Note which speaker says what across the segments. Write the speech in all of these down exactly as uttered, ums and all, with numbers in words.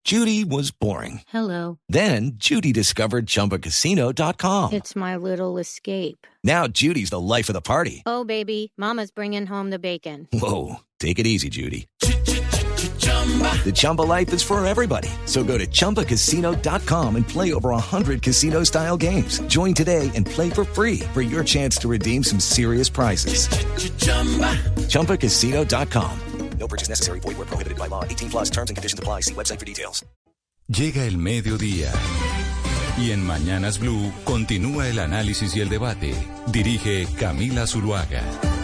Speaker 1: Judy was boring.
Speaker 2: Hello.
Speaker 1: Then Judy discovered Chumba Casino dot com.
Speaker 2: It's my little escape.
Speaker 1: Now Judy's the life of the party.
Speaker 2: Oh, baby, mama's bringing home the bacon.
Speaker 1: Whoa, take it easy, Judy. The Chumba life is for everybody. So go to Chumba Casino dot com and play over one hundred casino-style games. Join today and play for free for your chance to redeem some serious prizes. Chumba Casino dot com.
Speaker 3: No purchase necessary. Void where prohibited by law. eighteen plus terms and conditions apply. See website for details.
Speaker 4: Llega el mediodía. Y en Mañanas Blue continúa el análisis y el debate. Dirige Camila Zuluaga.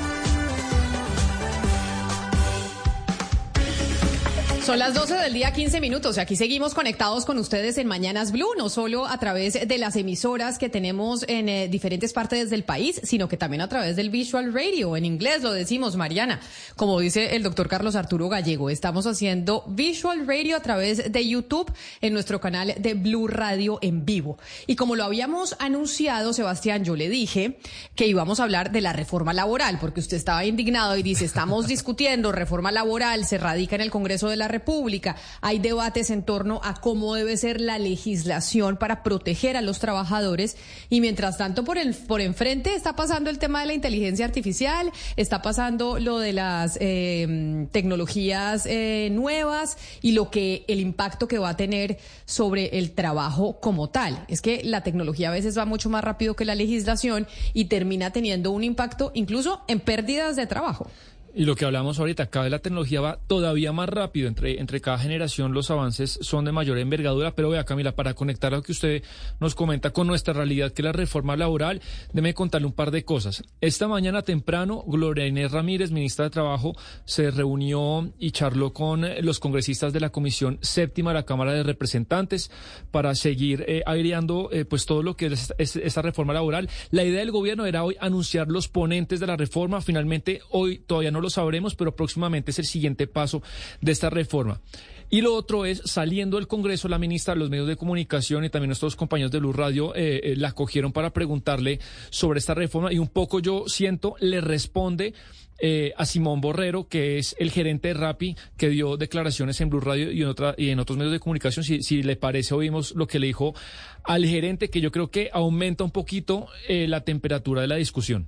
Speaker 5: Son las doce del día, quince minutos. Aquí seguimos conectados con ustedes en Mañanas Blue, no solo a través de las emisoras que tenemos en eh, diferentes partes del país, sino que también a través del Visual Radio. En inglés lo decimos, Mariana. Como dice el doctor Carlos Arturo Gallego, estamos haciendo Visual Radio a través de YouTube en nuestro canal de Blue Radio en vivo. Y como lo habíamos anunciado, Sebastián, yo le dije que íbamos a hablar de la reforma laboral, porque usted estaba indignado y dice, estamos discutiendo reforma laboral, se radica en el Congreso de la República, hay debates en torno a cómo debe ser la legislación para proteger a los trabajadores, y mientras tanto por el por enfrente está pasando el tema de la inteligencia artificial, está pasando lo de las eh, tecnologías eh, nuevas y lo que el impacto que va a tener sobre el trabajo como tal. Es que la tecnología a veces va mucho más rápido que la legislación y termina teniendo un impacto incluso en pérdidas de trabajo.
Speaker 6: Y lo que hablamos ahorita, cada vez la tecnología va todavía más rápido, entre, entre cada generación los avances son de mayor envergadura, pero vea, Camila, para conectar lo que usted nos comenta con nuestra realidad, que es la reforma laboral, déjeme contarle un par de cosas. Esta mañana temprano, Gloria Inés Ramírez, ministra de Trabajo, se reunió y charló con los congresistas de la Comisión Séptima de la Cámara de Representantes para seguir eh, aireando eh, pues todo lo que es esta, esta reforma laboral. La idea del gobierno era hoy anunciar los ponentes de la reforma, finalmente hoy todavía no lo sabremos, pero próximamente es el siguiente paso de esta reforma. Y lo otro es, saliendo del Congreso, la ministra, los medios de comunicación y también nuestros compañeros de Blue Radio eh, eh, la cogieron para preguntarle sobre esta reforma, y un poco yo siento le responde eh, a Simón Borrero, que es el gerente de Rappi, que dio declaraciones en Blue Radio y en, otra, y en otros medios de comunicación. Si, si le parece, oímos lo que le dijo al gerente, que yo creo que aumenta un poquito eh, la temperatura de la discusión.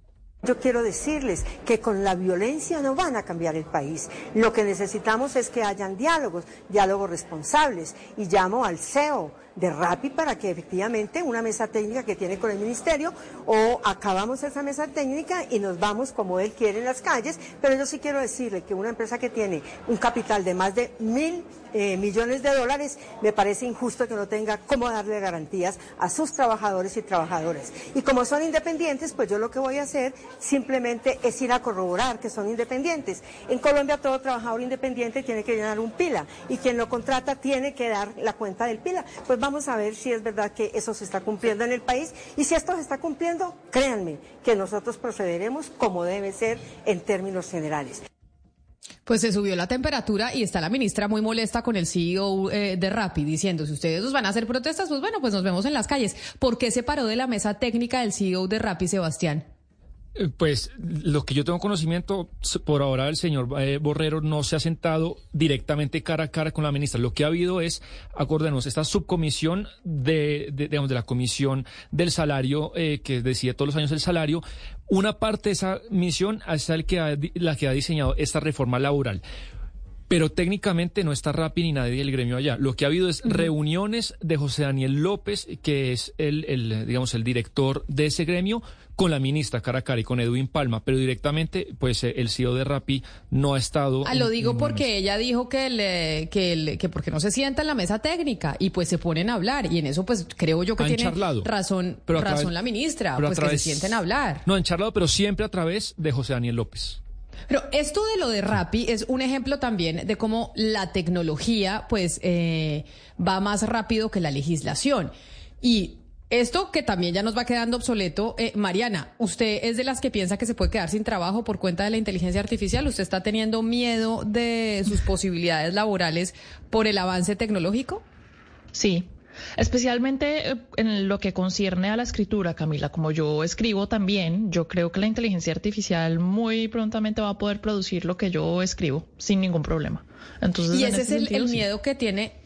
Speaker 7: Yo quiero decirles que con la violencia no van a cambiar el país. Lo que necesitamos es que hayan diálogos, diálogos responsables. Y llamo al C E O de Rappi para que efectivamente una mesa técnica que tiene con el ministerio, o acabamos esa mesa técnica y nos vamos como él quiere en las calles. Pero yo sí quiero decirle que una empresa que tiene un capital de más de mil eh, millones de dólares, me parece injusto que no tenga cómo darle garantías a sus trabajadores y trabajadoras. Y como son independientes, pues yo lo que voy a hacer simplemente es ir a corroborar que son independientes. En Colombia todo trabajador independiente tiene que llenar un PILA, y quien lo contrata tiene que dar la cuenta del PILA. Pues vamos a ver si es verdad que eso se está cumpliendo en el país, y si esto se está cumpliendo, créanme que nosotros procederemos como debe ser en términos generales.
Speaker 5: Pues se subió la temperatura y está la ministra muy molesta con el C E O eh, de Rappi, diciendo, si ustedes nos van a hacer protestas, pues bueno, pues nos vemos en las calles. ¿Por qué se paró de la mesa técnica del C E O de Rappi, Sebastián?
Speaker 6: Pues lo que yo tengo conocimiento, por ahora el señor eh, Borrero no se ha sentado directamente cara a cara con la ministra. Lo que ha habido es, acordémonos, esta subcomisión de, de, digamos, de la comisión del salario, eh, que decide todos los años el salario. Una parte de esa misión es el que ha, la que ha diseñado esta reforma laboral. Pero técnicamente no está Rappi ni nadie del gremio allá. Lo que ha habido es uh-huh. reuniones de José Daniel López, que es el, el, digamos, el director de ese gremio, con la ministra cara a cara y con Edwin Palma, pero directamente, pues el C E O de Rappi no ha estado.
Speaker 5: Ah, lo digo porque ella dijo que le, que le, que porque no se sienta en la mesa técnica y pues se ponen a hablar, y en eso pues creo yo que tiene
Speaker 6: charlado,
Speaker 5: razón, razón través, la ministra, pues través, que se sienten a hablar.
Speaker 6: No, han charlado, pero siempre a través de José Daniel López.
Speaker 5: Pero esto de lo de Rappi es un ejemplo también de cómo la tecnología pues eh, va más rápido que la legislación. Y esto que también ya nos va quedando obsoleto, eh, Mariana, ¿usted es de las que piensa que se puede quedar sin trabajo por cuenta de la inteligencia artificial? ¿Usted está teniendo miedo de sus posibilidades laborales por el avance tecnológico?
Speaker 8: Sí. Especialmente en lo que concierne a la escritura, Camila. Como yo escribo también, yo creo que la inteligencia artificial muy prontamente va a poder producir lo que yo escribo sin ningún problema. Entonces,
Speaker 5: y
Speaker 8: en
Speaker 5: ese
Speaker 8: este
Speaker 5: es el,
Speaker 8: sentido,
Speaker 5: el
Speaker 8: sí.
Speaker 5: miedo que tiene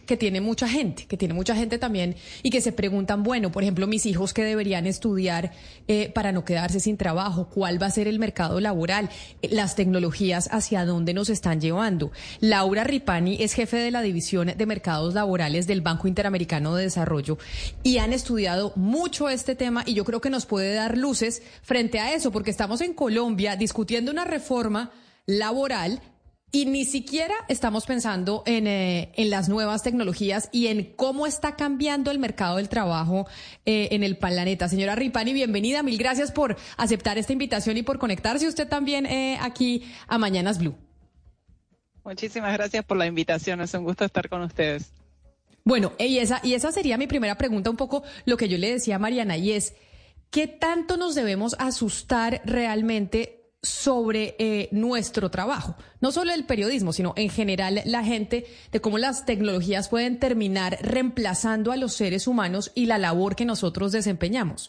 Speaker 5: que tiene mucha gente, que tiene mucha gente también y que se preguntan, bueno, por ejemplo, mis hijos que deberían estudiar eh, para no quedarse sin trabajo, ¿cuál va a ser el mercado laboral? Eh, las tecnologías, ¿hacia dónde nos están llevando? Laura Ripani es jefe de la División de Mercados Laborales del Banco Interamericano de Desarrollo y han estudiado mucho este tema y yo creo que nos puede dar luces frente a eso, porque estamos en Colombia discutiendo una reforma laboral y ni siquiera estamos pensando en, eh, en las nuevas tecnologías y en cómo está cambiando el mercado del trabajo eh, en el planeta. Señora Ripani, bienvenida. Mil gracias por aceptar esta invitación y por conectarse usted también eh, aquí a Mañanas Blue.
Speaker 9: Muchísimas gracias por la invitación. Es un gusto estar con ustedes.
Speaker 5: Bueno, y esa, y esa sería mi primera pregunta, un poco lo que yo le decía a Mariana, y es, ¿qué tanto nos debemos asustar realmente sobre eh, nuestro trabajo? No solo el periodismo, sino en general la gente, de cómo las tecnologías pueden terminar reemplazando a los seres humanos y la labor que nosotros desempeñamos.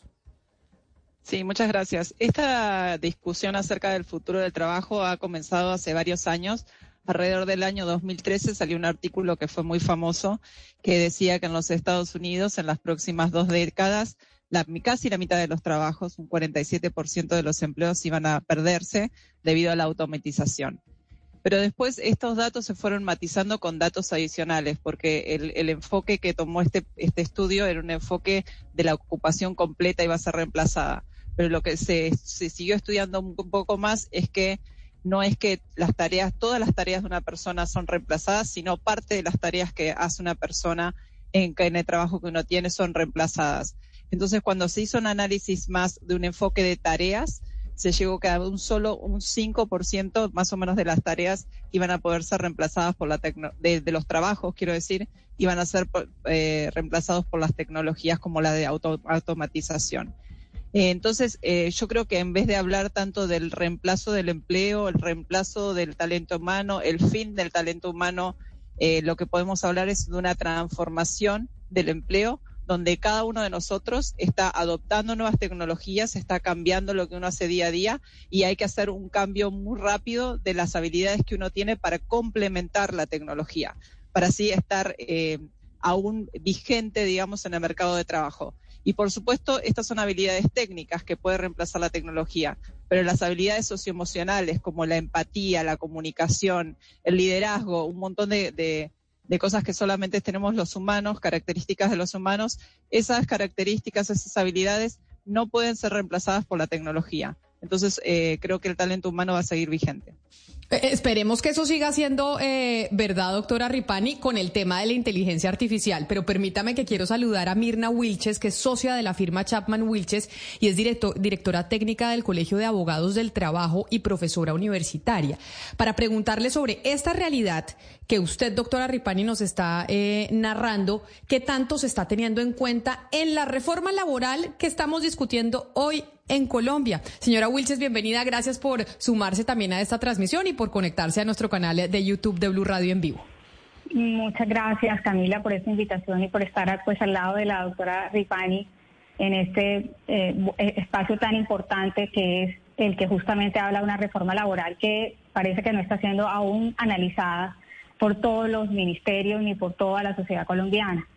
Speaker 9: Sí, muchas gracias. Esta discusión acerca del futuro del trabajo ha comenzado hace varios años. Alrededor del año dos mil trece salió un artículo que fue muy famoso que decía que en los Estados Unidos en las próximas dos décadas La, casi la mitad de los trabajos, un cuarenta y siete por ciento de los empleos iban a perderse debido a la automatización. Pero después estos datos se fueron matizando con datos adicionales, porque el, el enfoque que tomó este, este estudio era un enfoque de la ocupación completa y va a ser reemplazada. Pero lo que se, se siguió estudiando un, un poco más es que no es que las tareas, todas las tareas de una persona son reemplazadas, sino parte de las tareas que hace una persona en, en el trabajo que uno tiene son reemplazadas. Entonces, cuando se hizo un análisis más de un enfoque de tareas, se llegó que un solo un cinco por ciento más o menos de las tareas iban a poder ser reemplazadas por la tecno de, de los trabajos, quiero decir, iban a ser eh, reemplazados por las tecnologías como la de auto, automatización. Eh, entonces, eh, yo creo que en vez de hablar tanto del reemplazo del empleo, el reemplazo del talento humano, el fin del talento humano, eh, lo que podemos hablar es de una transformación del empleo, donde cada uno de nosotros está adoptando nuevas tecnologías, está cambiando lo que uno hace día a día y hay que hacer un cambio muy rápido de las habilidades que uno tiene para complementar la tecnología, para así estar eh, aún vigente, digamos, en el mercado de trabajo. Y por supuesto, estas son habilidades técnicas que pueden reemplazar la tecnología, pero las habilidades socioemocionales como la empatía, la comunicación, el liderazgo, un montón de... de de cosas que solamente tenemos los humanos, características de los humanos, esas características, esas habilidades no pueden ser reemplazadas por la tecnología. Entonces, eh, creo que el talento humano va a seguir vigente.
Speaker 5: Eh, esperemos que eso siga siendo eh, verdad, doctora Ripani, con el tema de la inteligencia artificial. Pero permítame que quiero saludar a Mirna Wilches, que es socia de la firma Chapman Wilches y es director, directora técnica del Colegio de Abogados del Trabajo y profesora universitaria, para preguntarle sobre esta realidad que usted, doctora Ripani, nos está eh, narrando, qué tanto se está teniendo en cuenta en la reforma laboral que estamos discutiendo hoy en Colombia. Señora Wilches, bienvenida, gracias por sumarse también a esta transmisión y por conectarse a nuestro canal de YouTube de Blue Radio en vivo.
Speaker 10: Muchas gracias, Camila, por esta invitación y por estar pues al lado de la doctora Ripani en este eh, espacio tan importante que es el que justamente habla de una reforma laboral que parece que no está siendo aún analizada por todos los ministerios ni por toda la sociedad colombiana.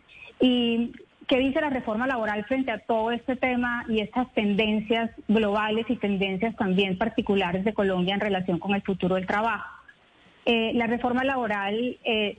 Speaker 10: Y ¿qué dice la reforma laboral frente a todo este tema y estas tendencias globales y tendencias también particulares de Colombia en relación con el futuro del trabajo? Eh, la reforma laboral, eh,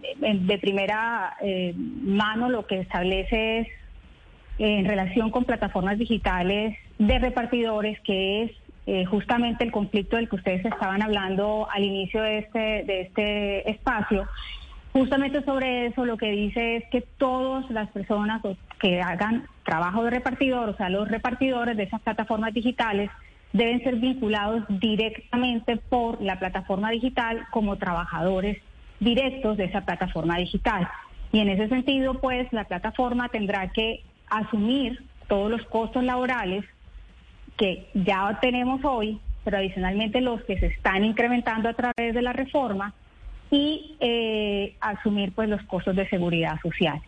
Speaker 10: de primera eh, mano, lo que establece es, eh, en relación con plataformas digitales de repartidores, que es eh, justamente el conflicto del que ustedes estaban hablando al inicio de este, de este espacio. Justamente sobre eso lo que dice es que todas las personas que hagan trabajo de repartidor, o sea, los repartidores de esas plataformas digitales, deben ser vinculados directamente por la plataforma digital como trabajadores directos de esa plataforma digital. Y en ese sentido, pues, la plataforma tendrá que asumir todos los costos laborales que ya tenemos hoy, pero adicionalmente los que se están incrementando a través de la reforma, y eh, asumir pues los costos de seguridad social.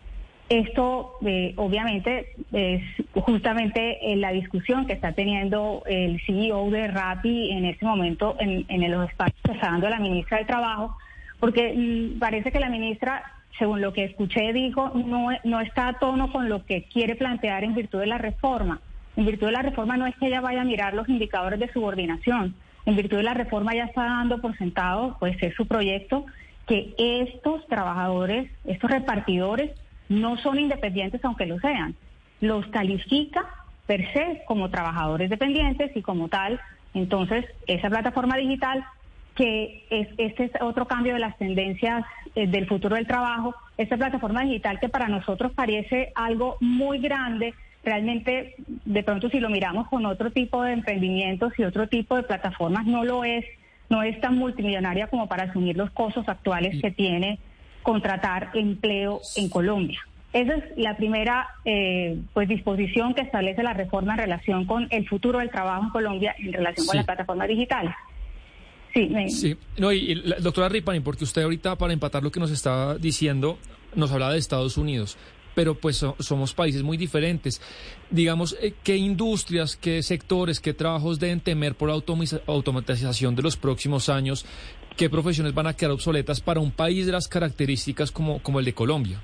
Speaker 10: Esto eh, obviamente es justamente eh, la discusión que está teniendo el C E O de Rappi en este momento en, en los espacios que está dando la ministra del Trabajo, porque mm, parece que la ministra según lo que escuché, dijo, no, no está a tono con lo que quiere plantear en virtud de la reforma. En virtud de la reforma no es que ella vaya a mirar los indicadores de subordinación. En virtud de la reforma ya está dando por sentado, pues es su proyecto, que estos trabajadores, estos repartidores, no son independientes aunque lo sean. Los califica per se como trabajadores dependientes y como tal, entonces esa plataforma digital, que es este es otro cambio de las tendencias eh, del futuro del trabajo, esta plataforma digital que para nosotros parece algo muy grande, realmente de pronto si lo miramos con otro tipo de emprendimientos y otro tipo de plataformas no lo es, no es tan multimillonaria como para asumir los costos actuales que tiene contratar empleo en Colombia. Esa es la primera eh, pues disposición que establece la reforma en relación con el futuro del trabajo en Colombia en relación sí. con las plataformas digitales. Sí, me...
Speaker 6: sí. No, y, y la, doctora Ripani, porque usted ahorita para empatar lo que nos estaba diciendo, nos hablaba de Estados Unidos, pero pues so, somos países muy diferentes. Digamos, eh, ¿qué industrias, qué sectores, qué trabajos deben temer por automiza, automatización de los próximos años? ¿Qué profesiones van a quedar obsoletas para un país de las características como, como el de Colombia?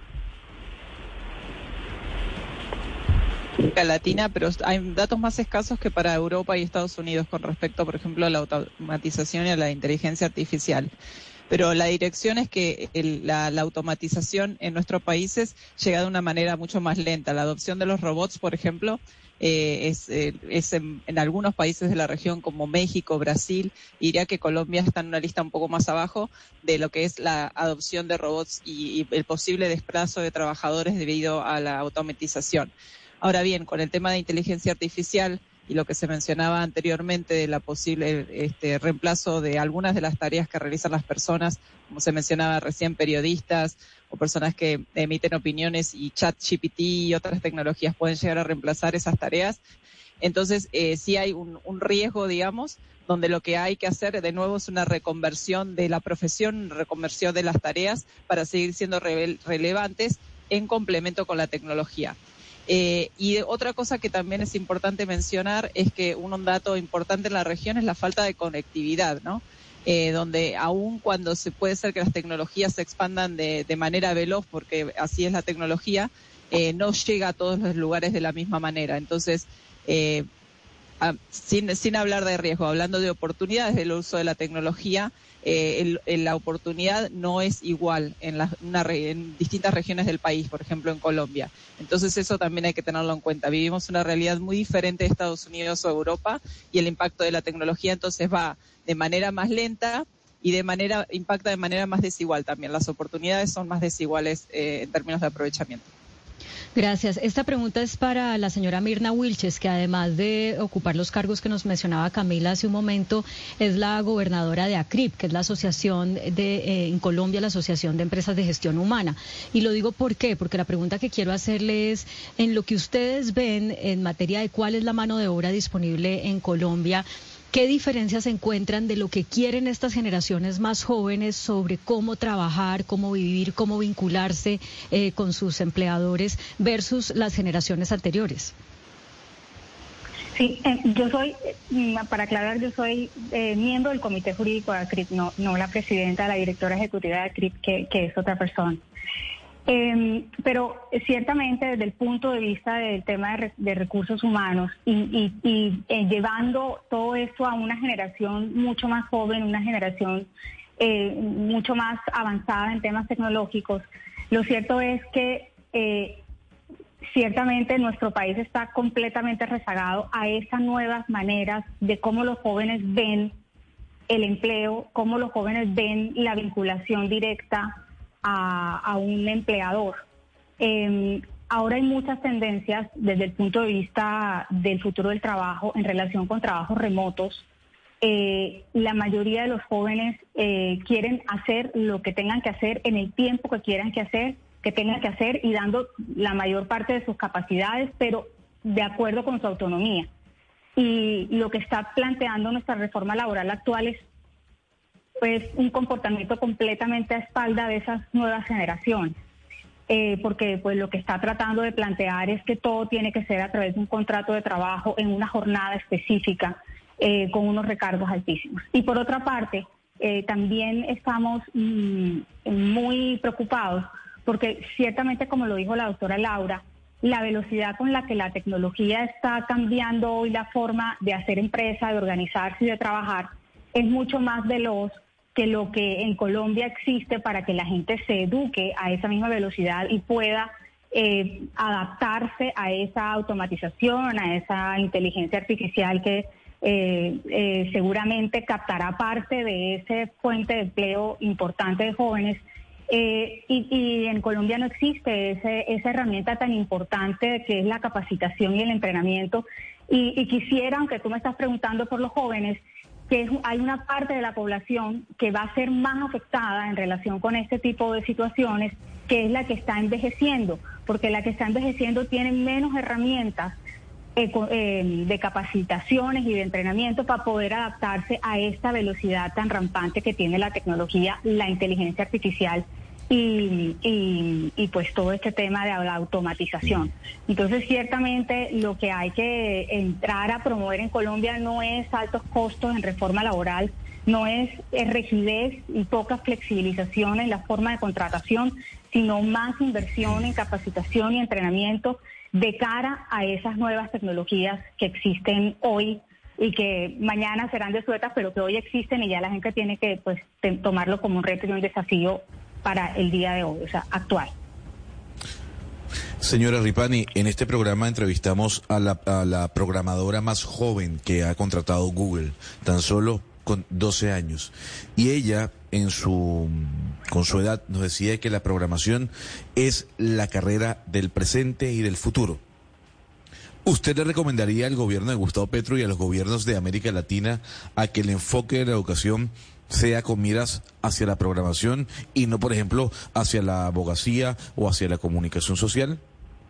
Speaker 9: Latina, pero hay datos más escasos que para Europa y Estados Unidos con respecto, por ejemplo, a la automatización y a la inteligencia artificial. Pero la dirección es que el, la, la automatización en nuestros países llega de una manera mucho más lenta. La adopción de los robots, por ejemplo, eh, es, eh, es en, en algunos países de la región como México, Brasil, diría que Colombia está en una lista un poco más abajo de lo que es la adopción de robots y, y el posible desplazo de trabajadores debido a la automatización. Ahora bien, con el tema de inteligencia artificial y lo que se mencionaba anteriormente de la posible este, reemplazo de algunas de las tareas que realizan las personas, como se mencionaba recién, periodistas o personas que emiten opiniones y ChatGPT y otras tecnologías pueden llegar a reemplazar esas tareas. Entonces, eh, sí hay un, un riesgo, digamos, donde lo que hay que hacer de nuevo es una reconversión de la profesión, reconversión de las tareas para seguir siendo re- relevantes en complemento con la tecnología. Eh, y otra cosa que también es importante mencionar es que un dato importante en la región es la falta de conectividad, ¿no? Eh, donde aun cuando se puede ser que las tecnologías se expandan de, de manera veloz, porque así es la tecnología, eh, no llega a todos los lugares de la misma manera. Entonces, eh, a, sin, sin hablar de riesgo, hablando de oportunidades del uso de la tecnología, eh, el, el, la oportunidad no es igual en, la, una, en distintas regiones del país, por ejemplo en Colombia. Entonces eso también hay que tenerlo en cuenta. Vivimos una realidad muy diferente de Estados Unidos o Europa y el impacto de la tecnología entonces va de manera más lenta y de manera impacta de manera más desigual también. Las oportunidades son más desiguales eh, en términos de aprovechamiento.
Speaker 11: Gracias. Esta pregunta es para la señora Mirna Wilches, que además de ocupar los cargos que nos mencionaba Camila hace un momento, es la gobernadora de ACRIP, que es la asociación de eh, en Colombia, la Asociación de Empresas de Gestión Humana. Y lo digo ¿por qué? Porque la pregunta que quiero hacerle es, en lo que ustedes ven en materia de cuál es la mano de obra disponible en Colombia, ¿qué diferencias se encuentran de lo que quieren estas generaciones más jóvenes sobre cómo trabajar, cómo vivir, cómo vincularse eh, con sus empleadores versus las generaciones anteriores?
Speaker 10: Sí, eh, yo soy, para aclarar, yo soy eh, miembro del Comité Jurídico de ACRIP, no, no la presidenta, la directora ejecutiva de ACRIP, que, que es otra persona. Eh, pero ciertamente desde el punto de vista del tema de, de recursos humanos y, y, y eh, llevando todo esto a una generación mucho más joven, una generación eh, mucho más avanzada en temas tecnológicos, lo cierto es que eh, ciertamente nuestro país está completamente rezagado a esas nuevas maneras de cómo los jóvenes ven el empleo, cómo los jóvenes ven la vinculación directa A, a un empleador. Eh, ahora hay muchas tendencias desde el punto de vista del futuro del trabajo en relación con trabajos remotos. Eh, la mayoría de los jóvenes eh, quieren hacer lo que tengan que hacer en el tiempo que quieran que hacer, que tengan que hacer y dando la mayor parte de sus capacidades, pero de acuerdo con su autonomía. Y lo que está planteando nuestra reforma laboral actual es pues un comportamiento completamente a espalda de esas nuevas generaciones, eh, porque pues lo que está tratando de plantear es que todo tiene que ser a través de un contrato de trabajo en una jornada específica, eh, con unos recargos altísimos. Y por otra parte, eh, también estamos mm, muy preocupados porque ciertamente, como lo dijo la doctora Laura, la velocidad con la que la tecnología está cambiando hoy la forma de hacer empresa, de organizarse y de trabajar es mucho más veloz que lo que en Colombia existe para que la gente se eduque a esa misma velocidad y pueda eh, adaptarse a esa automatización, a esa inteligencia artificial que eh, eh, seguramente captará parte de ese fuente de empleo importante de jóvenes. Eh, y, y en Colombia no existe ese, esa herramienta tan importante que es la capacitación y el entrenamiento. Y, y quisiera, aunque tú me estás preguntando por los jóvenes, que es, hay una parte de la población que va a ser más afectada en relación con este tipo de situaciones, que es la que está envejeciendo, porque la que está envejeciendo tiene menos herramientas eh, eh, de capacitaciones y de entrenamiento para poder adaptarse a esta velocidad tan rampante que tiene la tecnología, la inteligencia artificial y, y, y pues todo este tema de la automatización. Entonces, ciertamente lo que hay que entrar a promover en Colombia no es altos costos en reforma laboral, no es, es rigidez y poca flexibilización en la forma de contratación, sino más inversión en capacitación y entrenamiento de cara a esas nuevas tecnologías que existen hoy y que mañana serán desuetas, pero que hoy existen y ya la gente tiene que pues tomarlo como un reto y un desafío para el día de hoy, o sea, actual.
Speaker 12: Señora Ripani, en este programa entrevistamos a la, a la programadora más joven que ha contratado Google, tan solo con doce años. Y ella, en su, con su edad, nos decía que la programación es la carrera del presente y del futuro. ¿Usted le recomendaría al gobierno de Gustavo Petro y a los gobiernos de América Latina a que el enfoque de la educación sea con miras hacia la programación y no, por ejemplo, hacia la abogacía o hacia la comunicación social?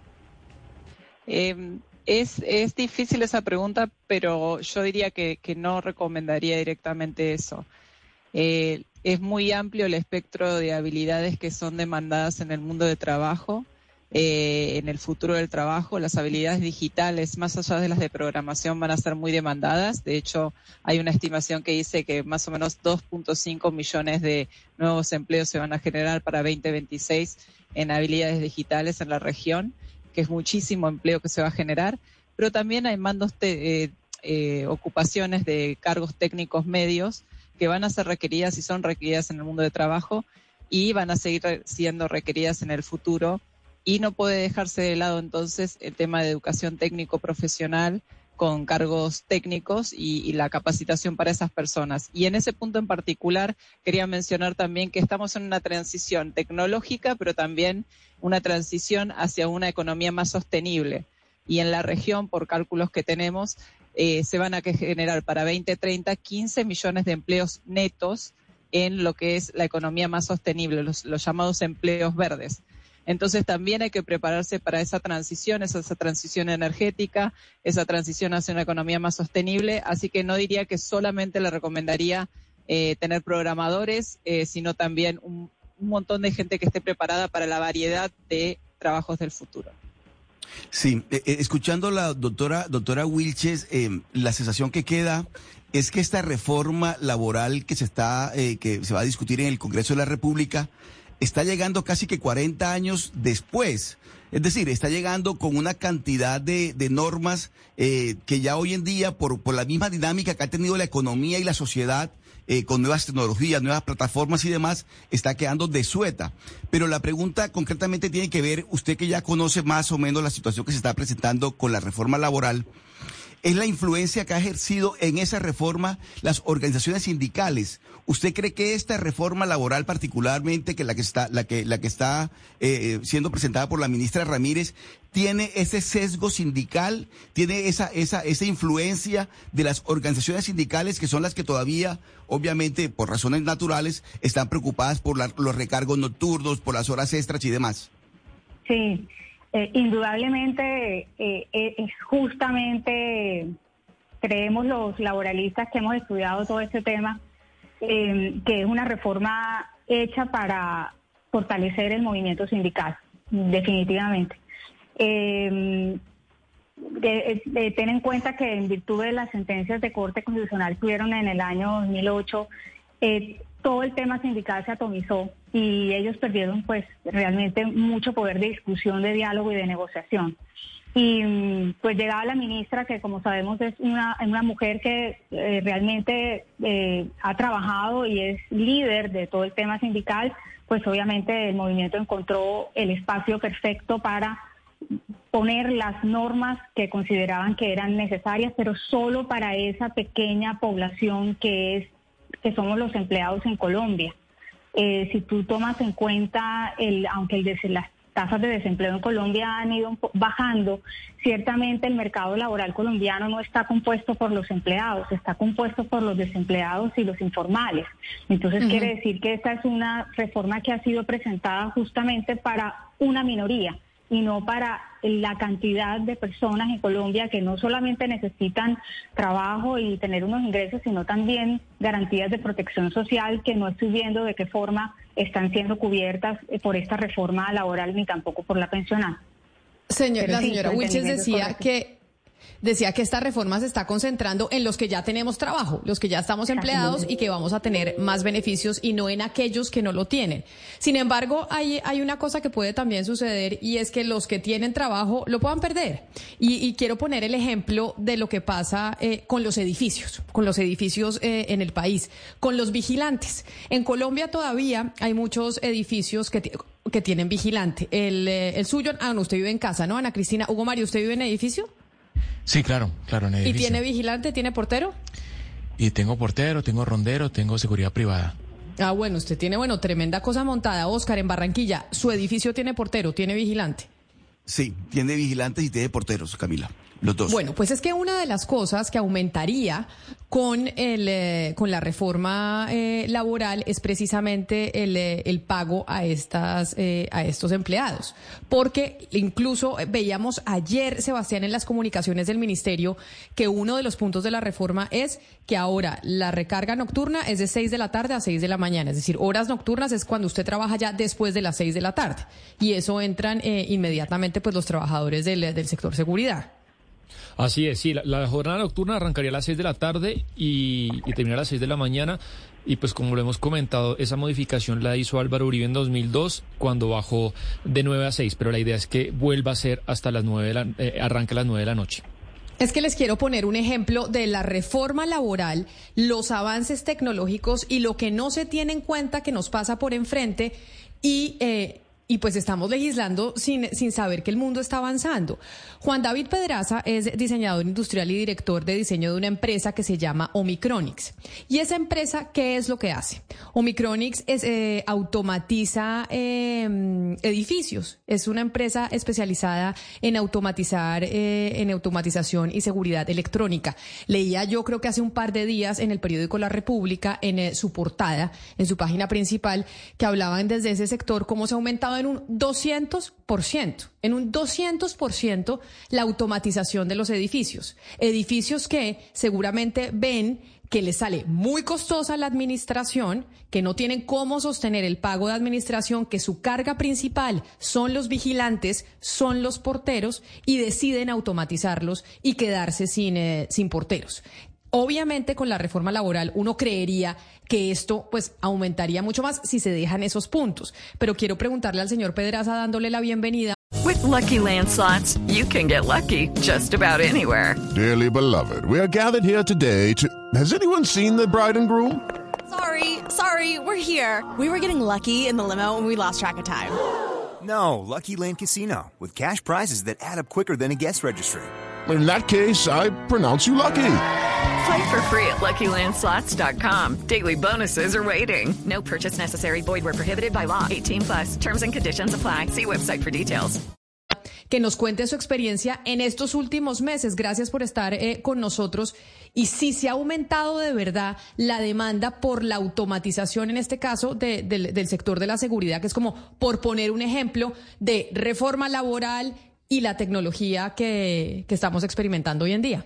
Speaker 9: Eh, es, es difícil esa pregunta, pero yo diría que, que no recomendaría directamente eso. Eh, es muy amplio el espectro de habilidades que son demandadas en el mundo de trabajo. Eh, en el futuro del trabajo, las habilidades digitales, más allá de las de programación, van a ser muy demandadas. De hecho, hay una estimación que dice que más o menos dos punto cinco millones de nuevos empleos se van a generar para veinte veintiséis en habilidades digitales en la región, que es muchísimo empleo que se va a generar. Pero también hay mandos te, eh, eh, ocupaciones de cargos técnicos medios que van a ser requeridas y son requeridas en el mundo de trabajo y van a seguir re- siendo requeridas en el futuro. Y no puede dejarse de lado entonces el tema de educación técnico-profesional con cargos técnicos y, y la capacitación para esas personas. Y en ese punto en particular quería mencionar también que estamos en una transición tecnológica, pero también una transición hacia una economía más sostenible. Y en la región, por cálculos que tenemos, eh, se van a generar para veinte treinta quince millones de empleos netos en lo que es la economía más sostenible, los, los llamados empleos verdes. Entonces también hay que prepararse para esa transición, esa, esa transición energética, esa transición hacia una economía más sostenible. Así que no diría que solamente le recomendaría eh, tener programadores, eh, sino también un, un montón de gente que esté preparada para la variedad de trabajos del futuro.
Speaker 13: Sí, eh, escuchando a la doctora, doctora Wilches, eh, la sensación que queda es que esta reforma laboral que se está, eh, que se va a discutir en el Congreso de la República está llegando casi que cuarenta años después. Es decir, está llegando con una cantidad de, de normas eh, que ya hoy en día, por, por la misma dinámica que ha tenido la economía y la sociedad, eh, con nuevas tecnologías, nuevas plataformas y demás, está quedando desueta. Pero la pregunta concretamente tiene que ver, usted que ya conoce más o menos la situación que se está presentando con la reforma laboral, es la influencia que ha ejercido en esa reforma las organizaciones sindicales. ¿Usted cree que esta reforma laboral, particularmente que la que está, la que, la que está eh, siendo presentada por la ministra Ramírez, tiene ese sesgo sindical, tiene esa, esa, esa influencia de las organizaciones sindicales que son las que todavía, obviamente, por razones naturales, están preocupadas por la, los recargos nocturnos, por las horas extras y demás?
Speaker 10: Sí. Eh, indudablemente eh, eh, es justamente, creemos los laboralistas que hemos estudiado todo este tema, eh, que es una reforma hecha para fortalecer el movimiento sindical, definitivamente. Eh, de, de, ten en cuenta que en virtud de las sentencias de Corte Constitucional que hubieron en el año dos mil ocho eh, todo el tema sindical se atomizó y ellos perdieron pues realmente mucho poder de discusión, de diálogo y de negociación. Y pues llegaba la ministra, que como sabemos es una, una mujer que eh, realmente eh, ha trabajado y es líder de todo el tema sindical, pues obviamente el movimiento encontró el espacio perfecto para poner las normas que consideraban que eran necesarias, pero solo para esa pequeña población que es que somos los empleados en Colombia. Eh, si tú tomas en cuenta, el, aunque el des, las tasas de desempleo en Colombia han ido bajando, ciertamente el mercado laboral colombiano no está compuesto por los empleados, está compuesto por los desempleados y los informales. Entonces uh-huh. quiere decir que esta es una reforma que ha sido presentada justamente para una minoría y no para la cantidad de personas en Colombia que no solamente necesitan trabajo y tener unos ingresos, sino también garantías de protección social que no estoy viendo de qué forma están siendo cubiertas por esta reforma laboral ni tampoco por la pensional.
Speaker 5: Señor, la
Speaker 10: sí,
Speaker 5: señora Wilches decía que decía que esta reforma se está concentrando en los que ya tenemos trabajo, los que ya estamos empleados y que vamos a tener más beneficios y no en aquellos que no lo tienen. Sin embargo, hay, hay una cosa que puede también suceder y es que los que tienen trabajo lo puedan perder. Y, y quiero poner el ejemplo de lo que pasa eh, con los edificios, con los edificios eh, en el país, con los vigilantes. En Colombia todavía hay muchos edificios que, que tienen vigilante. El, eh, el suyo, ah, no, usted vive en casa, ¿no, Ana Cristina? Hugo Mario, ¿usted vive en edificio?
Speaker 14: Sí, claro, claro, en edificio.
Speaker 5: ¿Y tiene vigilante, tiene portero?
Speaker 14: Y tengo portero, tengo rondero, tengo seguridad privada.
Speaker 5: Ah, bueno, usted tiene, bueno, tremenda cosa montada. Oscar, en Barranquilla, ¿su edificio tiene portero, tiene vigilante?
Speaker 13: Sí, tiene vigilantes y tiene porteros, Camila. Los dos.
Speaker 5: Bueno, pues es que una de las cosas que aumentaría con el eh, con la reforma eh, laboral es precisamente el, eh, el pago a estas eh, a estos empleados, porque incluso veíamos ayer, Sebastián, en las comunicaciones del ministerio que uno de los puntos de la reforma es que ahora la recarga nocturna es de seis de la tarde a seis de la mañana, es decir, horas nocturnas es cuando usted trabaja ya después de las seis de la tarde y eso entran eh, inmediatamente pues los trabajadores del, del sector seguridad.
Speaker 6: Así es, sí, la, la jornada nocturna arrancaría a las seis de la tarde y, y terminaría a las seis de la mañana. Y pues como lo hemos comentado, esa modificación la hizo Álvaro Uribe en dos mil dos cuando bajó de nueve a seis, pero la idea es que vuelva a ser hasta las nueve de la, eh, arranque a las nueve de la noche.
Speaker 5: Es que les quiero poner un ejemplo de la reforma laboral, los avances tecnológicos y lo que no se tiene en cuenta que nos pasa por enfrente y... Eh, Y pues estamos legislando sin, sin saber que el mundo está avanzando. Juan David Pedraza es diseñador industrial y director de diseño de una empresa que se llama Omicronix. ¿Y esa empresa qué es lo que hace? Omicronix es, eh, automatiza eh, edificios. Es una empresa especializada en automatizar, eh, en automatización y seguridad electrónica. Leía yo creo que hace un par de días en el periódico La República, en eh, su portada, en su página principal, que hablaban desde ese sector cómo se ha aumentado en un doscientos por ciento, en un doscientos por ciento la automatización de los edificios. Edificios que seguramente ven que les sale muy costosa la administración, que no tienen cómo sostener el pago de administración, que su carga principal son los vigilantes, son los porteros, y deciden automatizarlos y quedarse sin, eh, sin porteros. Obviamente con la reforma laboral uno creería que esto pues aumentaría mucho más si se dejan esos puntos. Pero quiero preguntarle al señor Pedraza dándole la bienvenida.
Speaker 15: With Lucky Land Slots, you can get lucky just about anywhere.
Speaker 16: Dearly beloved, we are gathered here today to... Has anyone seen the bride and groom?
Speaker 17: Sorry, sorry, we're here. We were getting lucky in the limo and we lost track of time.
Speaker 18: No, Lucky Land Casino, with cash prizes that add up quicker than a guest registry.
Speaker 16: In that case, I pronounce you lucky.
Speaker 15: Play for free at Lucky Land Slots dot com. Daily bonuses are waiting. No purchase necessary. Void where prohibited by law. eighteen plus. Terms and conditions apply. See website for details.
Speaker 5: Que nos cuente su experiencia en estos últimos meses. Gracias por estar eh, con nosotros. Y si se ha aumentado de verdad la demanda por la automatización, en este caso, de, de, del sector de la seguridad, que es como, por poner un ejemplo, de reforma laboral y la tecnología que, que estamos experimentando hoy en día.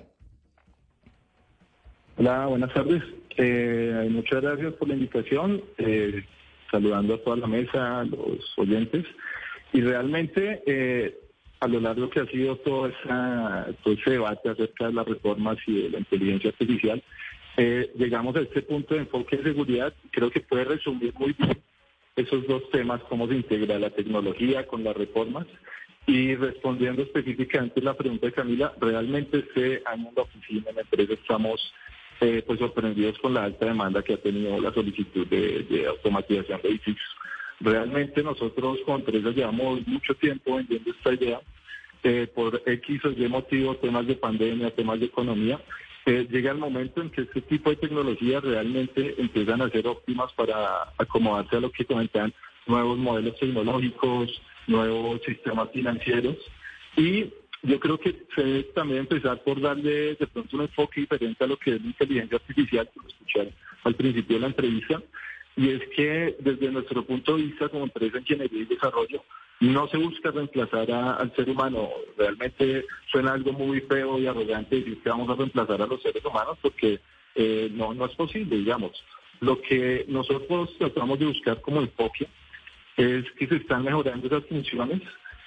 Speaker 19: Hola, buenas tardes. Eh, muchas gracias por la invitación. Eh, saludando a toda la mesa, a los oyentes. Y realmente, eh, a lo largo que ha sido todo, esa, todo ese debate acerca de las reformas y de la inteligencia artificial, eh, llegamos a este punto de enfoque de seguridad. Creo que puede resumir muy bien esos dos temas, cómo se integra la tecnología con las reformas. Y respondiendo específicamente a la pregunta de Camila, realmente este año en la oficina, en la empresa, estamos eh, pues sorprendidos con la alta demanda que ha tenido la solicitud de, de automatización de edificios. Realmente nosotros como empresa llevamos mucho tiempo vendiendo esta idea, eh, por X o Y motivo, temas de pandemia, temas de economía. Eh, llega el momento en que este tipo de tecnologías realmente empiezan a ser óptimas para acomodarse a lo que comentaban, nuevos modelos tecnológicos, nuevos sistemas financieros, y yo creo que se debe también empezar por darle de pronto un enfoque diferente a lo que es la inteligencia artificial, que lo escuché al principio de la entrevista, y es que desde nuestro punto de vista como empresa de ingeniería y desarrollo no se busca reemplazar a, al ser humano. Realmente suena algo muy feo y arrogante decir que vamos a reemplazar a los seres humanos, porque eh, no, no es posible, digamos. Lo que nosotros tratamos de buscar como enfoque es que se están mejorando esas funciones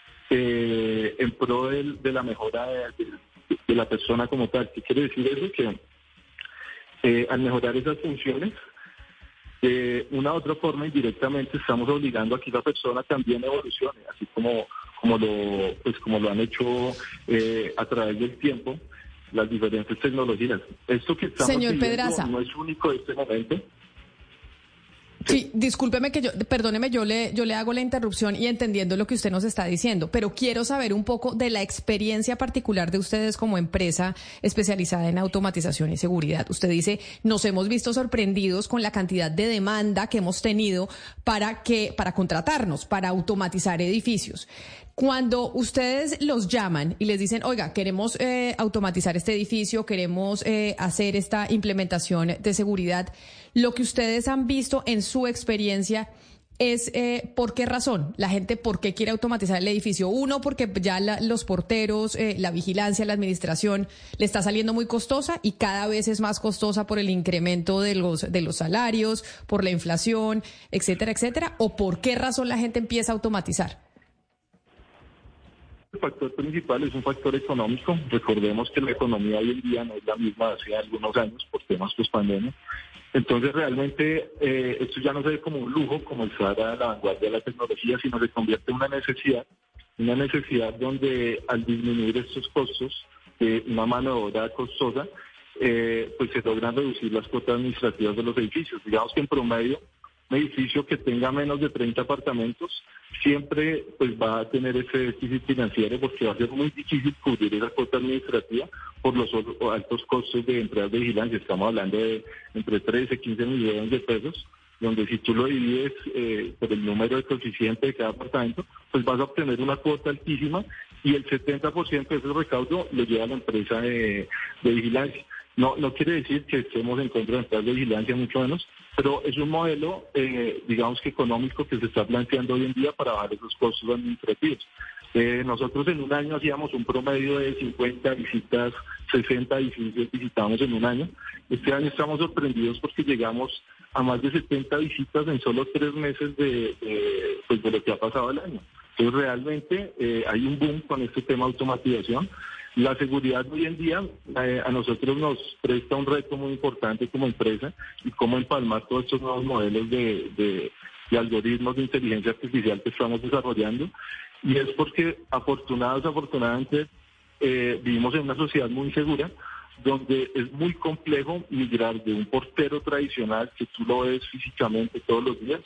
Speaker 19: eh, en pro de, de la mejora de, de, de la persona como tal. ¿Qué quiere decir eso? Que eh, al mejorar esas funciones, de una u otra forma, indirectamente estamos obligando a que la persona también evolucione, así como, como, lo, pues como lo han hecho eh, a través del tiempo las diferentes tecnologías. Esto que estamos
Speaker 5: Señor
Speaker 19: viviendo
Speaker 5: Pedraza.
Speaker 19: no es único de este momento.
Speaker 5: Sí, discúlpeme que yo, perdóneme, yo le, yo le hago la interrupción y entendiendo lo que usted nos está diciendo, pero quiero saber un poco de la experiencia particular de ustedes como empresa especializada en automatización y seguridad. Usted dice, nos hemos visto sorprendidos con la cantidad de demanda que hemos tenido para que, para contratarnos, para automatizar edificios. Cuando ustedes los llaman y les dicen, oiga, queremos eh, automatizar este edificio, queremos eh, hacer esta implementación de seguridad, lo que ustedes han visto en su experiencia es eh, ¿por qué razón? La gente, ¿por qué quiere automatizar el edificio? Uno, porque ya la, los porteros, eh, la vigilancia, la administración le está saliendo muy costosa y cada vez es más costosa por el incremento de los, de los salarios, por la inflación, etcétera, etcétera. ¿O por qué razón la gente empieza a automatizar?
Speaker 19: El factor principal es un factor económico. Recordemos que la economía hoy en día no es la misma de hace algunos años por temas post pandemia. Entonces realmente eh, esto ya no se ve como un lujo, como estar a la vanguardia de la tecnología, sino se convierte en una necesidad, una necesidad donde al disminuir estos costos de una mano de obra costosa, eh, pues se logran reducir las cuotas administrativas de los edificios. Digamos que en promedio, un edificio que tenga menos de treinta apartamentos siempre pues va a tener ese déficit financiero, porque va a ser muy difícil cubrir esa cuota administrativa por los altos costos de empleados de vigilancia. Estamos hablando de entre trece, quince millones de pesos, donde si tú lo divides eh, por el número de coeficiente de cada apartamento, pues vas a obtener una cuota altísima y el setenta por ciento de ese recaudo lo lleva la empresa de, de vigilancia. No, no quiere decir que estemos en contra de empresas de vigilancia, mucho menos, pero es un modelo, eh, digamos que económico, que se está planteando hoy en día para bajar esos costos administrativos. Eh, nosotros en un año hacíamos un promedio de cincuenta visitas, sesenta edificios visitamos en un año. Este año estamos sorprendidos porque llegamos a más de setenta visitas en solo tres meses de, de, pues de lo que ha pasado el año. Entonces realmente eh, hay un boom con este tema de automatización. La seguridad hoy en día eh, a nosotros nos presta un reto muy importante como empresa y cómo empalmar todos estos nuevos modelos de, de, de algoritmos de inteligencia artificial que estamos desarrollando. Y es porque afortunados, afortunadamente, eh, vivimos en una sociedad muy insegura, donde es muy complejo migrar de un portero tradicional que tú lo ves físicamente todos los días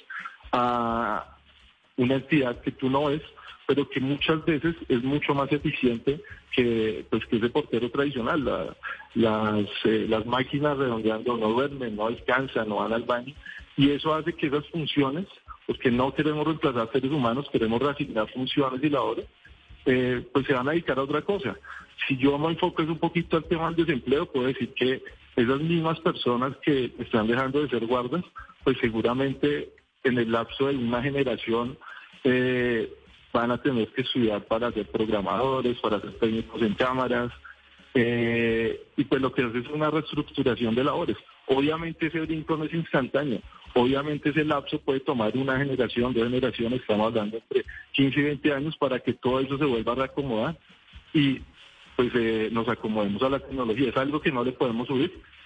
Speaker 19: a una entidad que tú no ves, pero que muchas veces es mucho más eficiente que pues que ese portero tradicional. La, las, eh, las máquinas redondeando no duermen, no descansan, no van al baño, y eso hace que esas funciones, porque no queremos reemplazar seres humanos, queremos reasignar funciones y labores, eh, pues se van a dedicar a otra cosa. Si yo me enfoco un poquito al tema del desempleo, puedo decir que esas mismas personas que están dejando de ser guardas, pues seguramente en el lapso de una generación eh, van a tener que estudiar para ser programadores, para ser técnicos en cámaras, eh, y pues lo que hace es una reestructuración de labores. Obviamente ese brinco no es instantáneo, obviamente ese lapso puede tomar una generación, dos generaciones, estamos hablando entre quince y veinte años para que todo eso se vuelva a reacomodar y pues eh, nos acomodemos a la tecnología. Es algo que no le podemos subir,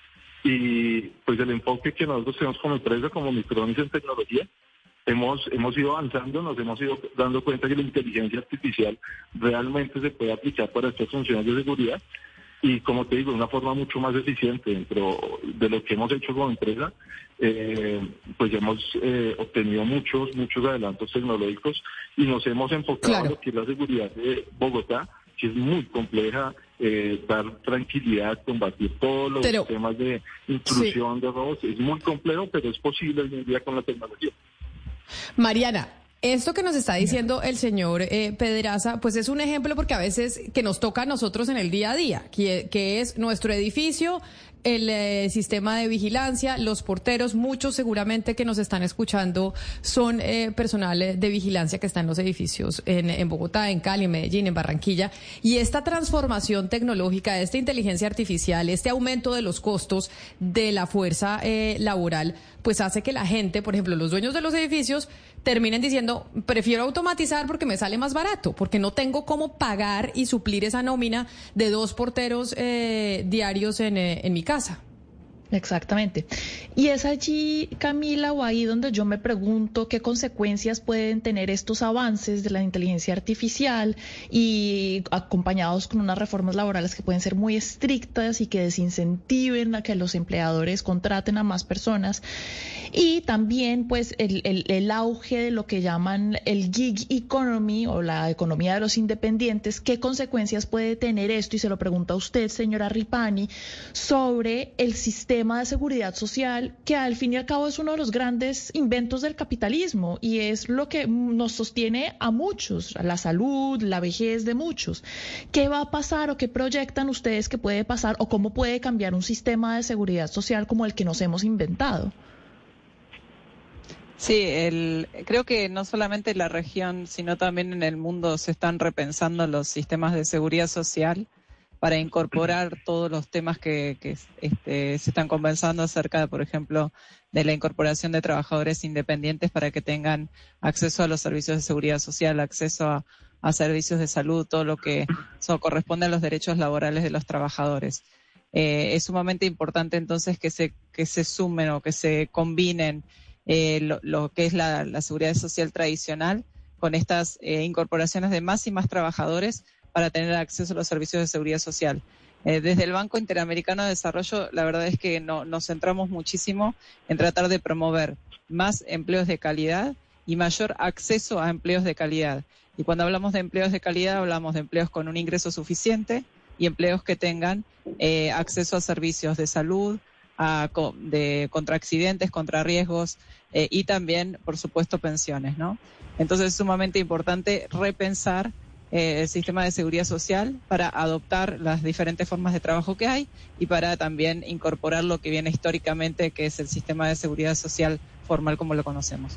Speaker 19: Y pues el enfoque que nosotros tenemos como empresa, como Micronis en tecnología, hemos hemos ido avanzando, nos hemos ido dando cuenta que la inteligencia artificial realmente se puede aplicar para estas funciones de seguridad y, como te digo, de una forma mucho más eficiente. Dentro de lo que hemos hecho como empresa, eh, pues hemos eh, obtenido muchos, muchos adelantos tecnológicos y nos hemos enfocado claro. en lo que es la seguridad de Bogotá, que es muy compleja, eh, dar tranquilidad, combatir todos los pero, temas de intrusión, sí. de robos, es muy complejo, pero es posible hoy en día con la tecnología.
Speaker 5: Mariana, esto que nos está diciendo el señor eh, Pedraza, pues es un ejemplo porque a veces que nos toca a nosotros en el día a día, que, que es nuestro edificio, el eh, sistema de vigilancia, los porteros, muchos seguramente que nos están escuchando son eh, personal de vigilancia que está en los edificios en, en Bogotá, en Cali, en Medellín, en Barranquilla. Y esta transformación tecnológica, esta inteligencia artificial, este aumento de los costos de la fuerza eh, laboral, pues hace que la gente, por ejemplo, los dueños de los edificios, terminen diciendo, prefiero automatizar porque me sale más barato, porque no tengo cómo pagar y suplir esa nómina de dos porteros eh, diarios en, eh, en mi casa.
Speaker 8: Exactamente. Y es allí, Camila, o ahí donde yo me pregunto qué consecuencias pueden tener estos avances de la inteligencia artificial y acompañados con unas reformas laborales que pueden ser muy estrictas y que desincentiven a que los empleadores contraten a más personas. Y también, pues, el, el, el auge de lo que llaman el gig economy o la economía de los independientes. ¿Qué consecuencias puede tener esto? Y se lo pregunta a usted, señora Ripani, sobre el sistema de seguridad social, que al fin y al cabo es uno de los grandes inventos del capitalismo y es lo que nos sostiene a muchos, a la salud, la vejez de muchos. ¿Qué va a pasar o qué proyectan ustedes que puede pasar o cómo puede cambiar un sistema de seguridad social como el que nos hemos inventado?
Speaker 9: Sí, el, creo que no solamente en la región, sino también en el mundo se están repensando los sistemas de seguridad social para incorporar todos los temas que, que este, se están conversando acerca, de, por ejemplo, de la incorporación de trabajadores independientes para que tengan acceso a los servicios de seguridad social, acceso a, a servicios de salud, todo lo que eso corresponde a los derechos laborales de los trabajadores. Eh, es sumamente importante entonces que se, que se sumen o que se combinen eh, lo, lo que es la, la seguridad social tradicional con estas eh, incorporaciones de más y más trabajadores para tener acceso a los servicios de seguridad social. Eh, desde el Banco Interamericano de Desarrollo, la verdad es que no, nos centramos muchísimo en tratar de promover más empleos de calidad y mayor acceso a empleos de calidad. Y cuando hablamos de empleos de calidad, hablamos de empleos con un ingreso suficiente y empleos que tengan eh, acceso a servicios de salud, a, de, contra accidentes, contra riesgos eh, y también, por supuesto, pensiones, ¿no? Entonces es sumamente importante repensar el sistema de seguridad social para adoptar las diferentes formas de trabajo que hay y para también incorporar lo que viene históricamente, que es el sistema de seguridad social formal como lo conocemos.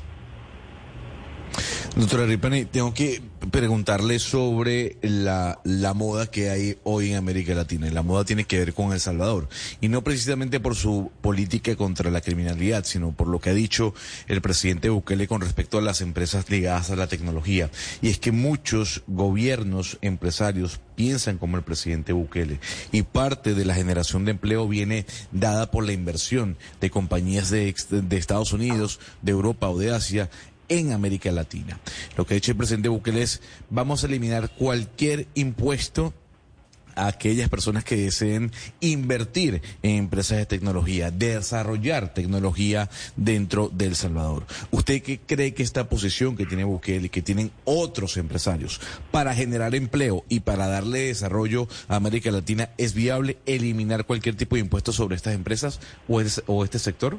Speaker 12: Doctora Ripani, tengo que preguntarle sobre la, la moda que hay hoy en América Latina. Y la moda tiene que ver con El Salvador. Y no precisamente por su política contra la criminalidad, sino por lo que ha dicho el presidente Bukele con respecto a las empresas ligadas a la tecnología. Y es que muchos gobiernos empresarios piensan como el presidente Bukele. Y parte de la generación de empleo viene dada por la inversión de compañías de, de Estados Unidos, de Europa o de Asia en América Latina. Lo que ha dicho el presidente Bukele es: vamos a eliminar cualquier impuesto a aquellas personas que deseen invertir en empresas de tecnología, desarrollar tecnología dentro de El Salvador. ¿Usted qué cree que esta posición que tiene Bukele y que tienen otros empresarios para generar empleo y para darle desarrollo a América Latina, es viable eliminar cualquier tipo de impuesto sobre estas empresas o, es, o este sector?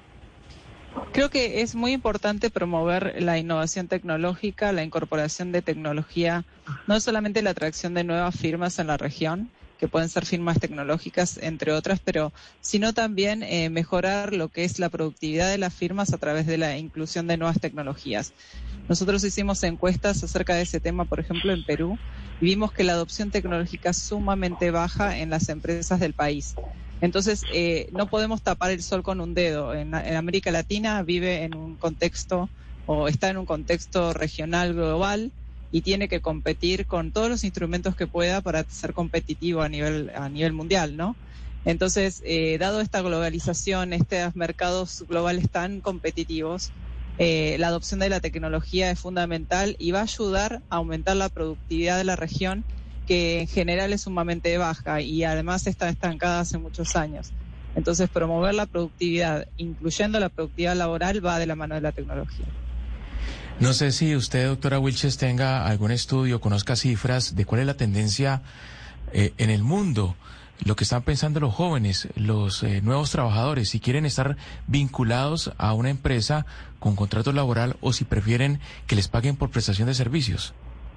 Speaker 9: Creo que es muy importante promover la innovación tecnológica, la incorporación de tecnología, no solamente la atracción de nuevas firmas en la región, que pueden ser firmas tecnológicas, entre otras, pero sino también eh, mejorar lo que es la productividad de las firmas a través de la inclusión de nuevas tecnologías. Nosotros hicimos encuestas acerca de ese tema, por ejemplo, en Perú, y vimos que la adopción tecnológica es sumamente baja en las empresas del país. Entonces, eh, no podemos tapar el sol con un dedo. En, en América Latina vive en un contexto, o está en un contexto regional global, y tiene que competir con todos los instrumentos que pueda para ser competitivo a nivel, a nivel mundial, ¿no? Entonces, eh, dado esta globalización, estos mercados globales tan competitivos, eh, la adopción de la tecnología es fundamental y va a ayudar a aumentar la productividad de la región, que en general es sumamente baja y además está estancada hace muchos años. Entonces, promover la productividad, incluyendo la productividad laboral, va de la mano de la tecnología.
Speaker 14: No sé si usted, doctora Wilches, tenga algún estudio, conozca cifras de cuál es la tendencia eh, en el mundo, lo que están pensando los jóvenes, los eh, nuevos trabajadores, si quieren estar vinculados a una empresa con contrato laboral o si prefieren que les paguen por prestación de servicios.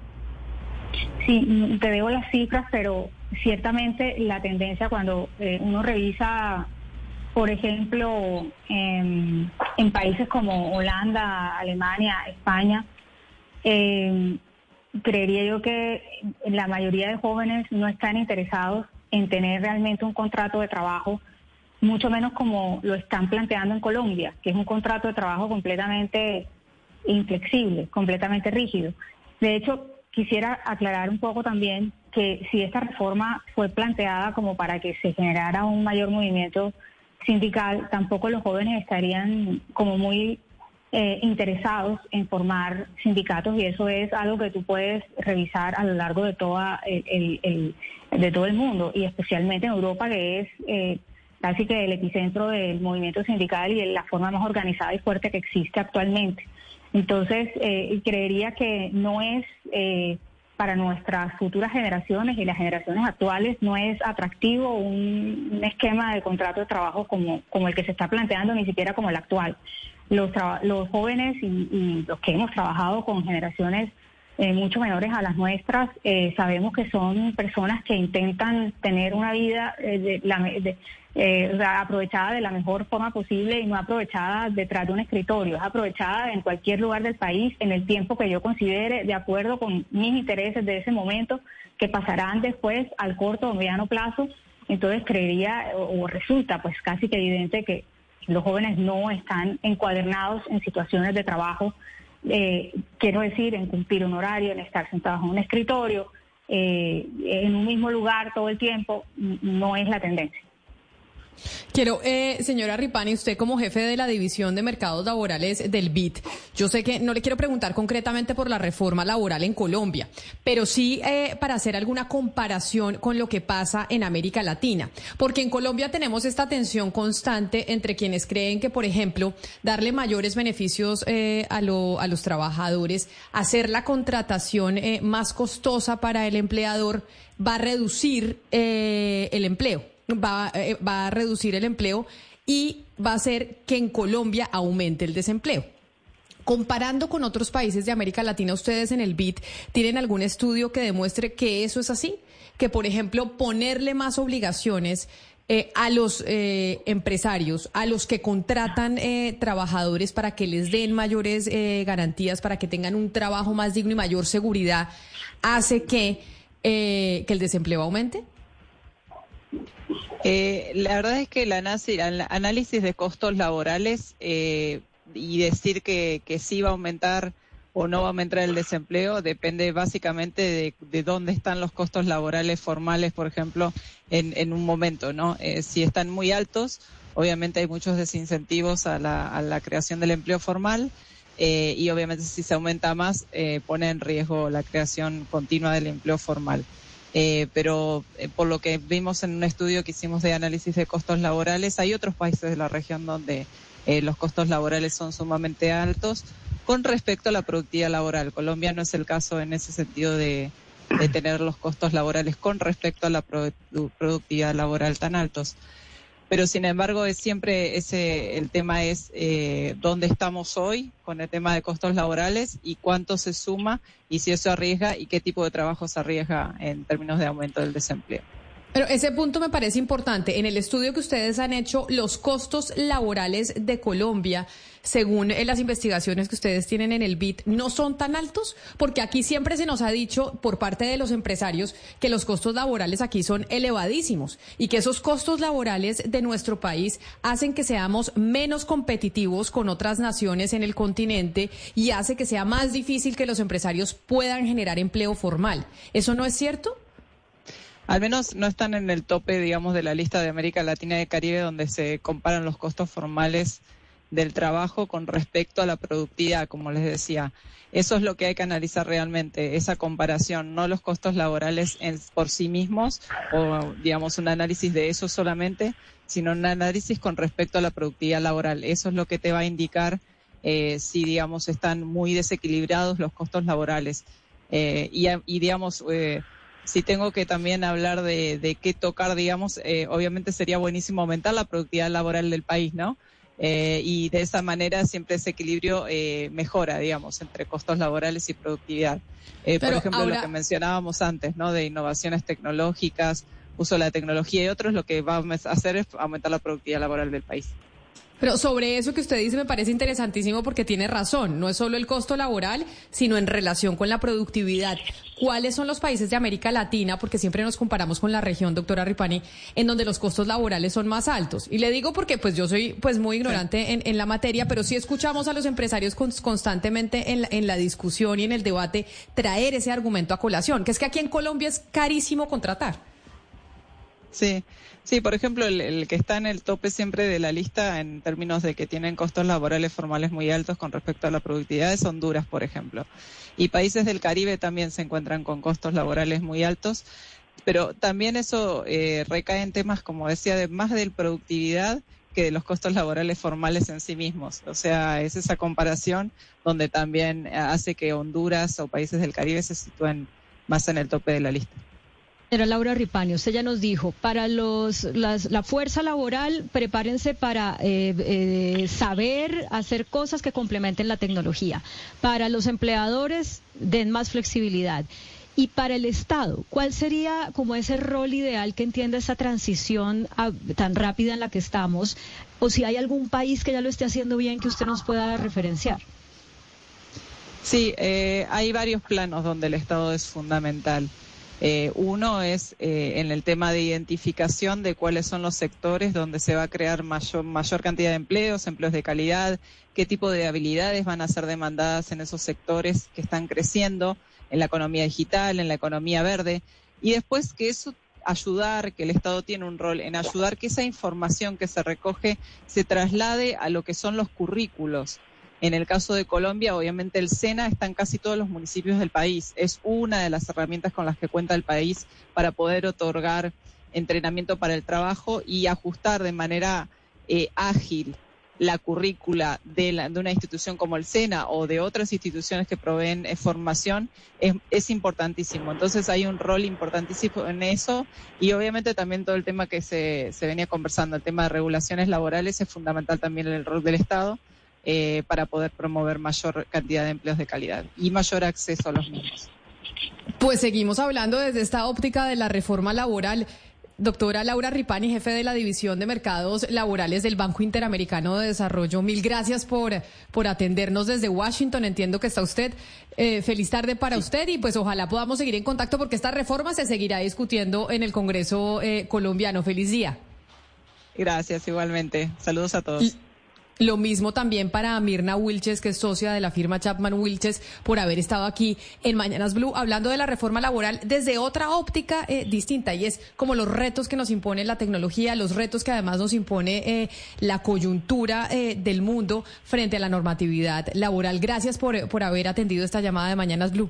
Speaker 10: Sí, te debo las cifras, pero ciertamente la tendencia cuando eh, uno revisa, por ejemplo, en, en países como Holanda, Alemania, España, eh, creería yo que la mayoría de jóvenes no están interesados en tener realmente un contrato de trabajo, mucho menos como lo están planteando en Colombia, que es un contrato de trabajo completamente inflexible, completamente rígido. De hecho, quisiera aclarar un poco también que si esta reforma fue planteada como para que se generara un mayor movimiento sindical, tampoco los jóvenes estarían como muy eh, interesados en formar sindicatos, y eso es algo que tú puedes revisar a lo largo de toda el, el, el, de todo el mundo, y especialmente en Europa, que es eh, casi que el epicentro del movimiento sindical y la forma más organizada y fuerte que existe actualmente. Entonces, eh, creería que no es eh, para nuestras futuras generaciones y las generaciones actuales, no es atractivo un, un esquema de contrato de trabajo como, como el que se está planteando, ni siquiera como el actual. Los, los jóvenes y, y los que hemos trabajado con generaciones eh, mucho menores a las nuestras, eh, sabemos que son personas que intentan tener una vida eh, de, la, de, eh, o sea, aprovechada de la mejor forma posible y no aprovechada detrás de un escritorio, es aprovechada en cualquier lugar del país en el tiempo que yo considere, de acuerdo con mis intereses de ese momento, que pasarán después al corto o mediano plazo. Entonces creería o, o resulta pues casi que evidente que los jóvenes no están encuadernados en situaciones de trabajo, eh, quiero decir, en cumplir un horario, en estar sentados en un escritorio, eh, en un mismo lugar todo el tiempo, no es la tendencia.
Speaker 5: Quiero, eh, señora Ripani, usted como jefe de la División de Mercados Laborales del B I T, yo sé que no le quiero preguntar concretamente por la reforma laboral en Colombia, pero sí eh, para hacer alguna comparación con lo que pasa en América Latina, porque en Colombia tenemos esta tensión constante entre quienes creen que, por ejemplo, darle mayores beneficios eh, a, lo, a los trabajadores, hacer la contratación eh, más costosa para el empleador, va a reducir eh, el empleo. Va, eh, va a reducir el empleo y va a hacer que en Colombia aumente el desempleo. Comparando con otros países de América Latina, ustedes en el B I T tienen algún estudio que demuestre que eso es así, que por ejemplo ponerle más obligaciones eh, a los eh, empresarios, a los que contratan eh, trabajadores para que les den mayores eh, garantías, para que tengan un trabajo más digno y mayor seguridad, hace que, eh, que el desempleo aumente.
Speaker 9: Eh, la verdad es que el análisis de costos laborales eh, y decir que, que sí va a aumentar o no va a aumentar el desempleo depende básicamente de, de dónde están los costos laborales formales, por ejemplo, en, en un momento, ¿no? Eh, si están muy altos, obviamente hay muchos desincentivos a la, a la creación del empleo formal eh, y obviamente si se aumenta más eh, pone en riesgo la creación continua del empleo formal. Eh, pero eh, por lo que vimos en un estudio que hicimos de análisis de costos laborales, hay otros países de la región donde eh, los costos laborales son sumamente altos con respecto a la productividad laboral. Colombia no es el caso en ese sentido de, de tener los costos laborales con respecto a la produ- productividad laboral tan altos. Pero sin embargo, es siempre ese el tema es eh, dónde estamos hoy con el tema de costos laborales y cuánto se suma y si eso arriesga y qué tipo de trabajo se arriesga en términos de aumento del desempleo.
Speaker 5: Pero ese punto me parece importante. En el estudio que ustedes han hecho, los costos laborales de Colombia, según las investigaciones que ustedes tienen en el B I T, ¿no son tan altos? Porque aquí siempre se nos ha dicho por parte de los empresarios que los costos laborales aquí son elevadísimos y que esos costos laborales de nuestro país hacen que seamos menos competitivos con otras naciones en el continente y hace que sea más difícil que los empresarios puedan generar empleo formal. ¿Eso no es cierto?
Speaker 9: Al menos no están en el tope, digamos, de la lista de América Latina y el Caribe, donde se comparan los costos formales del trabajo con respecto a la productividad, como les decía. Eso es lo que hay que analizar realmente, esa comparación, no los costos laborales en, por sí mismos, o digamos un análisis de eso solamente, sino un análisis con respecto a la productividad laboral. Eso es lo que te va a indicar eh, si, digamos, están muy desequilibrados los costos laborales. Eh, y, y, digamos, eh, si tengo que también hablar de, de qué tocar, digamos, eh, obviamente sería buenísimo aumentar la productividad laboral del país, ¿no? Eh, y de esa manera siempre ese equilibrio eh, mejora, digamos, entre costos laborales y productividad. Eh, por ejemplo, ahora... lo que mencionábamos antes, ¿no? De innovaciones tecnológicas, uso de la tecnología y otros, lo que va a hacer es aumentar la productividad laboral del país.
Speaker 5: Pero sobre eso que usted dice me parece interesantísimo porque tiene razón, no es solo el costo laboral, sino en relación con la productividad. ¿Cuáles son los países de América Latina? Porque siempre nos comparamos con la región, doctora Ripani, en donde los costos laborales son más altos. Y le digo porque pues yo soy pues muy ignorante sí. en, en la materia, pero sí escuchamos a los empresarios con, constantemente en la, en la discusión y en el debate traer ese argumento a colación, que es que aquí en Colombia es carísimo contratar.
Speaker 9: Sí. Sí, por ejemplo, el, el que está en el tope siempre de la lista en términos de que tienen costos laborales formales muy altos con respecto a la productividad es Honduras, por ejemplo. Y países del Caribe también se encuentran con costos laborales muy altos, pero también eso eh, recae en temas, como decía, de más de productividad que de los costos laborales formales en sí mismos. O sea, es esa comparación donde también hace que Honduras o países del Caribe se sitúen más en el tope de la lista.
Speaker 11: Señora Laura Ripani, usted ya nos dijo, para los las, la fuerza laboral, prepárense para eh, eh, saber hacer cosas que complementen la tecnología. Para los empleadores, den más flexibilidad. Y para el Estado, ¿cuál sería como ese rol ideal que entienda esa transición a, tan rápida en la que estamos? O si hay algún país que ya lo esté haciendo bien que usted nos pueda referenciar.
Speaker 9: Sí, eh, hay varios planos donde el Estado es fundamental. Eh, uno es eh, en el tema de identificación de cuáles son los sectores donde se va a crear mayor, mayor cantidad de empleos, empleos de calidad, qué tipo de habilidades van a ser demandadas en esos sectores que están creciendo, en la economía digital, en la economía verde, y después que eso ayudar, que el Estado tiene un rol en ayudar que esa información que se recoge se traslade a lo que son los currículos. En el caso de Colombia, obviamente el SENA está en casi todos los municipios del país. Es una de las herramientas con las que cuenta el país para poder otorgar entrenamiento para el trabajo y ajustar de manera eh, ágil la currícula de, la, de una institución como el SENA o de otras instituciones que proveen eh, formación es, es importantísimo. Entonces hay un rol importantísimo en eso y obviamente también todo el tema que se, se venía conversando, el tema de regulaciones laborales, es fundamental también el rol del Estado. Eh, para poder promover mayor cantidad de empleos de calidad y mayor acceso a los mismos.
Speaker 5: Pues seguimos hablando desde esta óptica de la reforma laboral. Doctora Laura Ripani, jefe de la División de Mercados Laborales del Banco Interamericano de Desarrollo, mil gracias por, por atendernos desde Washington. Entiendo que está usted. Eh, feliz tarde para sí. usted y pues ojalá podamos seguir en contacto porque esta reforma se seguirá discutiendo en el Congreso eh, colombiano. Feliz día.
Speaker 9: Gracias, igualmente. Saludos a todos. Y
Speaker 5: lo mismo también para Mirna Wilches, que es socia de la firma Chapman Wilches, por haber estado aquí en Mañanas Blue hablando de la reforma laboral desde otra óptica eh, distinta, y es como los retos que nos impone la tecnología, los retos que además nos impone eh, la coyuntura eh, del mundo frente a la normatividad laboral. Gracias por, por haber atendido esta llamada de Mañanas Blue.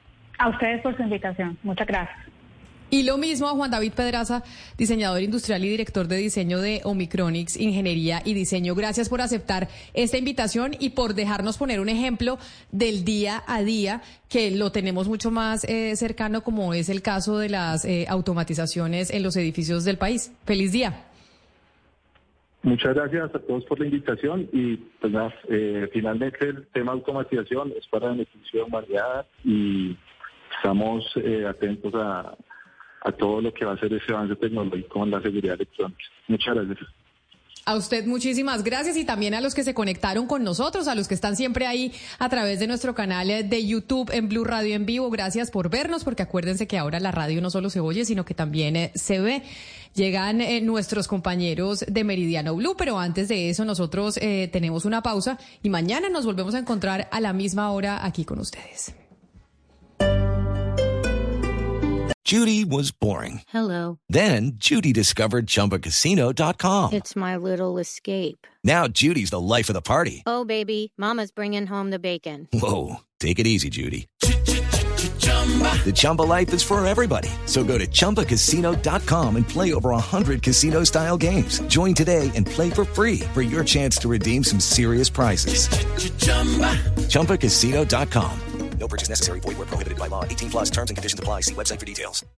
Speaker 10: A ustedes por su invitación. Muchas gracias.
Speaker 5: Y lo mismo a Juan David Pedraza, diseñador industrial y director de diseño de Omicronix Ingeniería y Diseño. Gracias por aceptar esta invitación y por dejarnos poner un ejemplo del día a día que lo tenemos mucho más eh, cercano, como es el caso de las eh, automatizaciones en los edificios del país. ¡Feliz día!
Speaker 19: Muchas gracias a todos por la invitación y pues nada, eh, finalmente el tema de automatización es para beneficio de la humanidad y estamos eh, atentos a a todo lo que va a ser ese avance tecnológico en la seguridad electrónica. Muchas gracias.
Speaker 5: A usted muchísimas gracias y también a los que se conectaron con nosotros, a los que están siempre ahí a través de nuestro canal de YouTube en Blue Radio en vivo. Gracias por vernos, porque acuérdense que ahora la radio no solo se oye, sino que también eh, se ve. Llegan eh, nuestros compañeros de Meridiano Blue, pero antes de eso nosotros eh, tenemos una pausa y mañana nos volvemos a encontrar a la misma hora aquí con ustedes.
Speaker 1: Judy was boring.
Speaker 2: Hello.
Speaker 1: Then Judy discovered Chumba Casino dot com.
Speaker 2: It's my little escape.
Speaker 1: Now Judy's the life of the party.
Speaker 2: Oh, baby, mama's bringing home the bacon.
Speaker 1: Whoa, take it easy, Judy. The Chumba life is for everybody. So go to Chumba Casino dot com and play over one hundred casino-style games. Join today and play for free for your chance to redeem some serious prizes. Chumba Casino dot com.
Speaker 3: No purchase necessary. Void where prohibited by law. eighteen plus terms and conditions apply. See website for details.